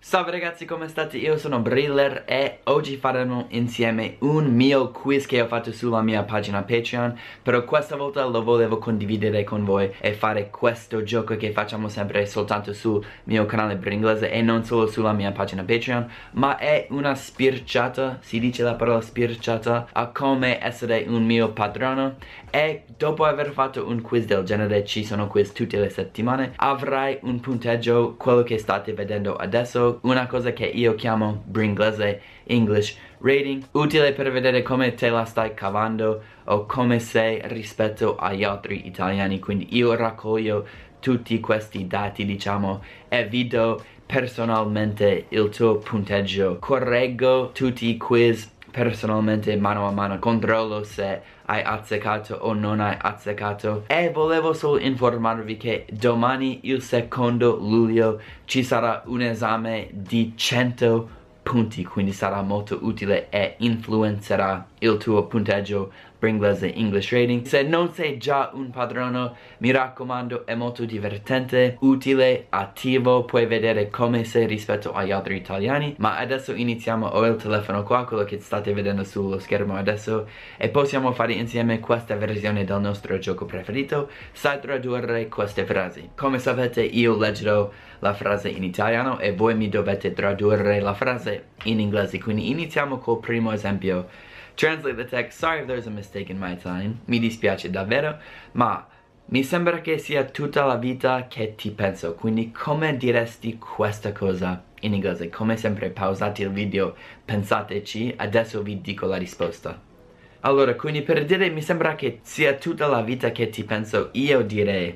Salve ragazzi, come state? Io sono Briller e oggi faremo insieme un mio quiz che ho fatto sulla mia pagina Patreon. Però questa volta lo volevo condividere con voi e fare questo gioco che facciamo sempre soltanto sul mio canale Bringlese e non solo sulla mia pagina Patreon. Ma è una spirciata, si dice la parola spirciata, a come essere un mio patrono. E dopo aver fatto un quiz del genere, ci sono quiz tutte le settimane, avrai un punteggio, quello che state vedendo adesso, una cosa che io chiamo Bringlese English Rating, utile per vedere come te la stai cavando o come sei rispetto agli altri italiani. Quindi io raccoglio tutti questi dati, diciamo, e vi do personalmente il tuo punteggio. Correggo tutti i quiz personalmente mano a mano, controllo se hai azzeccato o non hai azzeccato. E volevo solo informarvi che domani, il 2 luglio, ci sarà un esame di 100 punti, quindi sarà molto utile e influenzerà il tuo punteggio Bringlese English Rating. Se non sei già un padrone, mi raccomando, è molto divertente, utile, attivo, puoi vedere come sei rispetto agli altri italiani. Ma adesso iniziamo, ho il telefono qua, quello che state vedendo sullo schermo adesso, e possiamo fare insieme questa versione del nostro gioco preferito. Sai tradurre queste frasi. Come sapete, io leggerò la frase in italiano e voi mi dovete tradurre la frase in inglese. Quindi iniziamo col primo esempio. Translate the text. Sorry if there's a mistake in my Italian. Mi dispiace davvero, ma mi sembra che sia tutta la vita che ti penso. Quindi come diresti questa cosa in inglese? Come sempre pausate il video, pensateci, adesso vi dico la risposta. Allora, quindi per dire mi sembra che sia tutta la vita che ti penso, io direi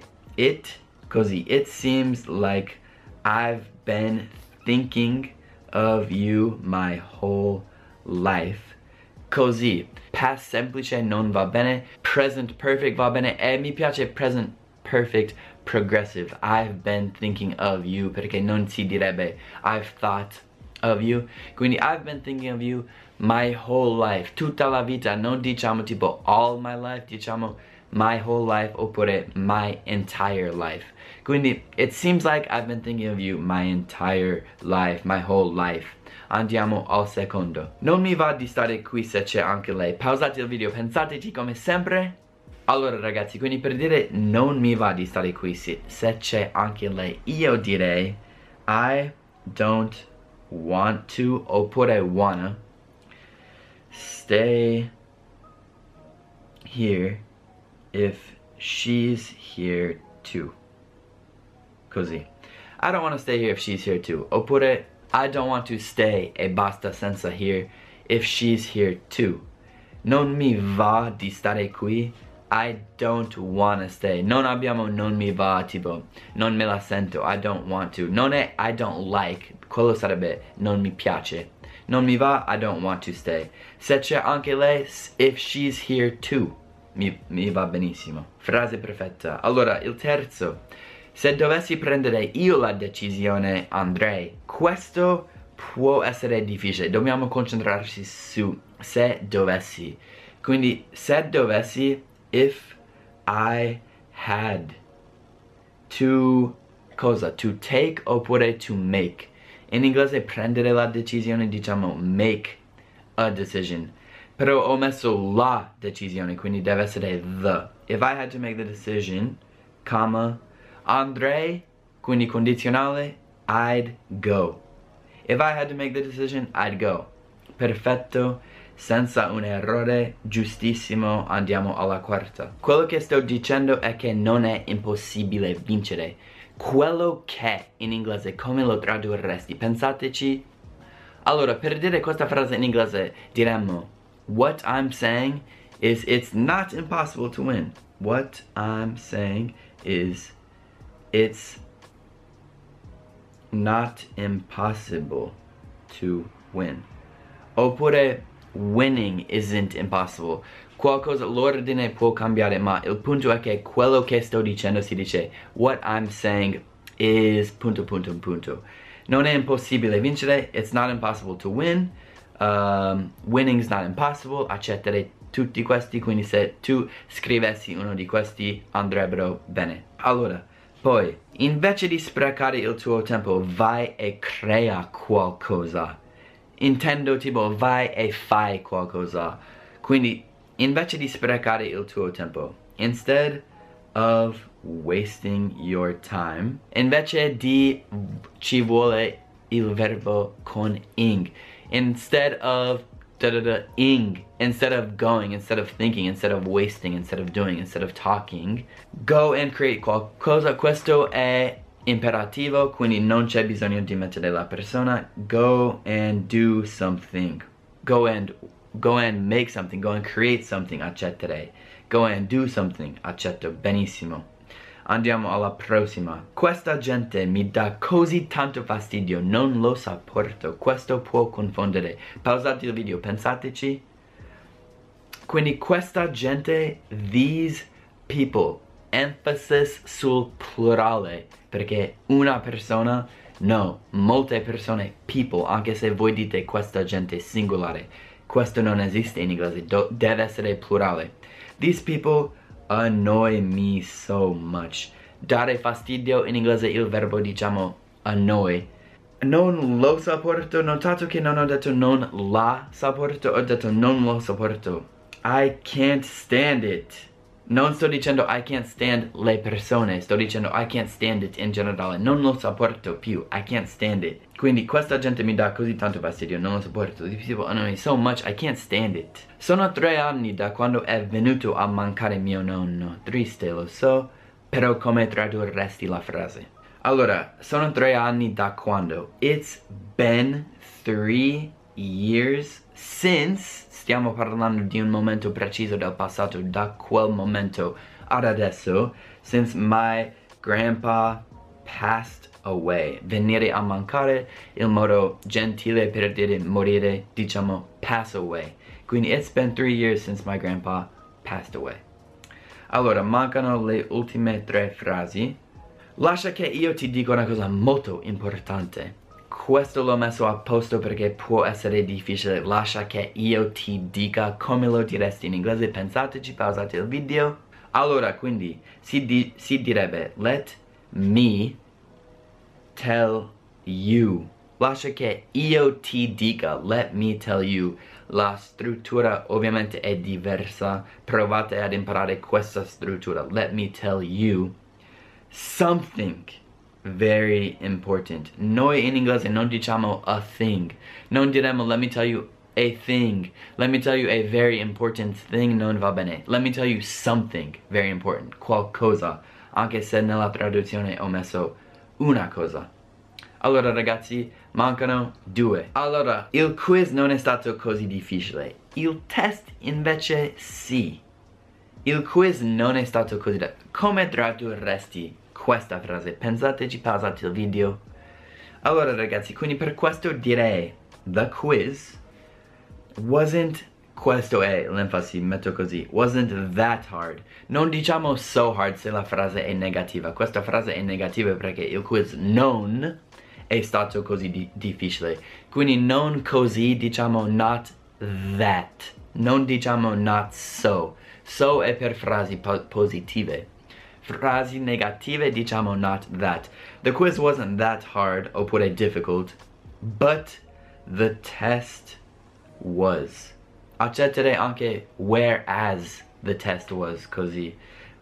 così. It seems like I've been thinking of you my whole life. Così. Past semplice non va bene, present perfect va bene, e mi piace present perfect progressive. I've been thinking of you, perché non si direbbe I've thought of you. Quindi I've been thinking of you my whole life, tutta la vita. Non diciamo tipo all my life, diciamo my whole life oppure my entire life. Quindi it seems like I've been thinking of you my entire life, my whole life. Andiamo al secondo. Non mi va di stare qui se c'è anche lei. Pausate il video, pensateci come sempre. Allora ragazzi, quindi per dire non mi va di stare qui se c'è anche lei, io direi I don't want to oppure wanna stay here if she's here too. Così. I don't want to stay here if she's here too. Oppure I don't want to stay e basta senza here if she's here too. Non mi va di stare qui. I don't wanna stay. Non abbiamo non mi va, tipo non me la sento. I don't want to. Non è I don't like. Quello sarebbe non mi piace. Non mi va, I don't want to stay. Se c'è anche lei, if she's here too. Mi va benissimo. Frase perfetta. Allora, il terzo. Se dovessi prendere io la decisione, andrei. Questo può essere difficile. Dobbiamo concentrarci su se dovessi. Quindi, se dovessi, if I had to, cosa? To take oppure to make. In inglese prendere la decisione, diciamo make a decision. Però ho messo la decisione, quindi deve essere the. If I had to make the decision, comma, andrei, quindi condizionale, I'd go. If I had to make the decision, I'd go. Perfetto, senza un errore, giustissimo, andiamo alla quarta. Quello che sto dicendo è che non è impossibile vincere. Quello che in inglese, come lo tradurresti? Pensateci. Allora, per dire questa frase in inglese diremmo what I'm saying is it's not impossible to win. What I'm saying is it's not impossible to win. Oppure winning isn't impossible. Qualcosa, l'ordine può cambiare, ma il punto è che quello che sto dicendo si dice what I'm saying is punto punto punto. Non è impossibile vincere, it's not impossible to win. Winning is not impossible. Accetterei tutti questi, quindi se tu scrivessi uno di questi andrebbero bene. Allora, Poi, invece di sprecare il tuo tempo, vai e crea qualcosa. Intendo tipo vai e fai qualcosa. Quindi, invece di sprecare il tuo tempo, instead of wasting your time, invece di ci vuole il verbo con ing. Instead of ing, instead of going, instead of thinking, instead of wasting, instead of doing, instead of talking, go and create qualcosa. Questo è imperativo, quindi non c'è bisogno di mettere la persona. Go and do something. Go and make something. Go and create something. Accetterei. Go and do something. Accetto. Benissimo. Andiamo alla prossima. Questa gente mi dà così tanto fastidio, non lo sopporto. Questo può confondere. Pausate il video, pensateci. Quindi questa gente, these people, emphasis sul plurale, perché una persona, no, molte persone, people, anche se voi dite questa gente singolare. Questo non esiste in inglese, deve essere plurale. These people annoy me so much. Dare fastidio in inglese il verbo diciamo annoy. Non lo sopporto, notato che non ho detto non la sopporto, ho detto non lo sopporto. I can't stand it. Non sto dicendo I can't stand le persone, sto dicendo I can't stand it in generale. Non lo sopporto più, I can't stand it. Quindi questa gente mi dà così tanto fastidio, non lo sopporto. These people annoy me so much, I can't stand it. Sono 3 anni da quando è venuto a mancare mio nonno. Triste, lo so, però come tradurresti la frase? Allora, sono 3 anni da quando? It's been 3 years since. Stiamo parlando di un momento preciso del passato, da quel momento ad adesso, since my grandpa passed away. Venire a mancare, il modo gentile per dire morire, diciamo pass away. Quindi it's been 3 years since my grandpa passed away. Allora, mancano le ultime 3 frasi. Lascia che io ti dica una cosa molto importante. Questo l'ho messo a posto perché può essere difficile. Lascia che io ti dica come lo diresti in inglese. Pensateci, pausate il video. Allora, quindi, si direbbe let me tell you. Lascia che io ti dica, let me tell you. La struttura ovviamente è diversa. Provate ad imparare questa struttura. Let me tell you something very important. Noi in inglese non diciamo a thing. Non diremo let me tell you a thing. Let me tell you a very important thing. Non va bene. Let me tell you something very important. Qualcosa. Anche se nella traduzione ho messo una cosa. Allora ragazzi, mancano 2. Allora, il quiz non è stato così difficile. Il test invece sì. Il quiz non è stato così difficile. Come tradurresti questa frase? Pensateci, pausate il video. Allora ragazzi, quindi per questo direi the quiz wasn't, questo è l'enfasi, metto così, wasn't that hard. Non diciamo so hard se la frase è negativa. Questa frase è negativa perché il quiz non è stato così difficile. Quindi non così, diciamo not that. Non diciamo not so. So è per frasi positive. Frasi negative diciamo not that. The quiz wasn't that hard oppure difficult, but the test was. Accetterei anche whereas the test was, così.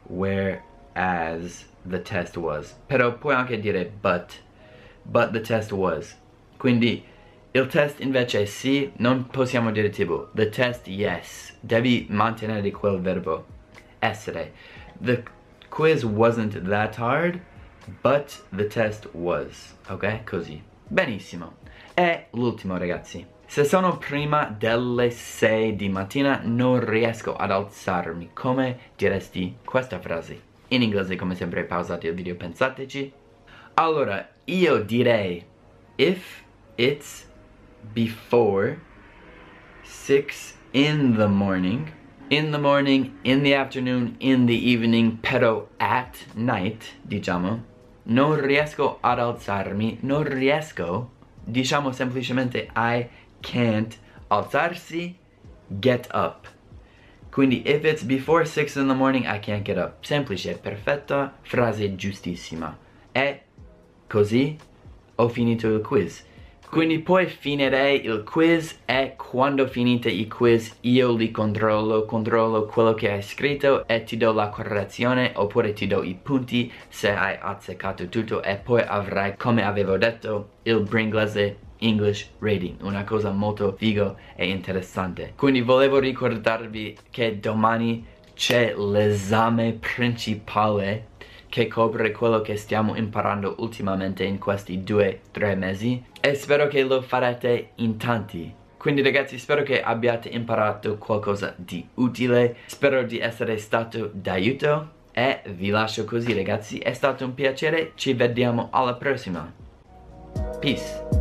Whereas the test was. Però puoi anche dire but the test was. Quindi il test invece sì, non possiamo dire tipo the test yes. Devi mantenere quel verbo essere. The quiz wasn't that hard, but the test was. Ok? Così. Benissimo. E l'ultimo ragazzi. Se sono prima delle 6 di mattina non riesco ad alzarmi. Come diresti questa frase? In inglese come sempre pausate il video, pensateci. Allora, io direi if it's before 6 in the morning, in the afternoon, in the evening, però at night, diciamo, non riesco ad alzarmi, non riesco, diciamo semplicemente I can't, alzarsi, get up. Quindi, if it's before 6 in the morning, I can't get up. Semplice, perfetta, frase giustissima. E così ho finito il quiz. Quindi poi finirei il quiz e quando finite i quiz io li controllo quello che hai scritto e ti do la correzione oppure ti do i punti se hai azzeccato tutto e poi avrai, come avevo detto, il Bringlese English Rating, una cosa molto figo e interessante. Quindi volevo ricordarvi che domani c'è l'esame principale che copre quello che stiamo imparando ultimamente in questi 2-3 mesi e spero che lo farete in tanti. Quindi ragazzi, spero che abbiate imparato qualcosa di utile, spero di essere stato d'aiuto e vi lascio così ragazzi, è stato un piacere, ci vediamo alla prossima. Peace!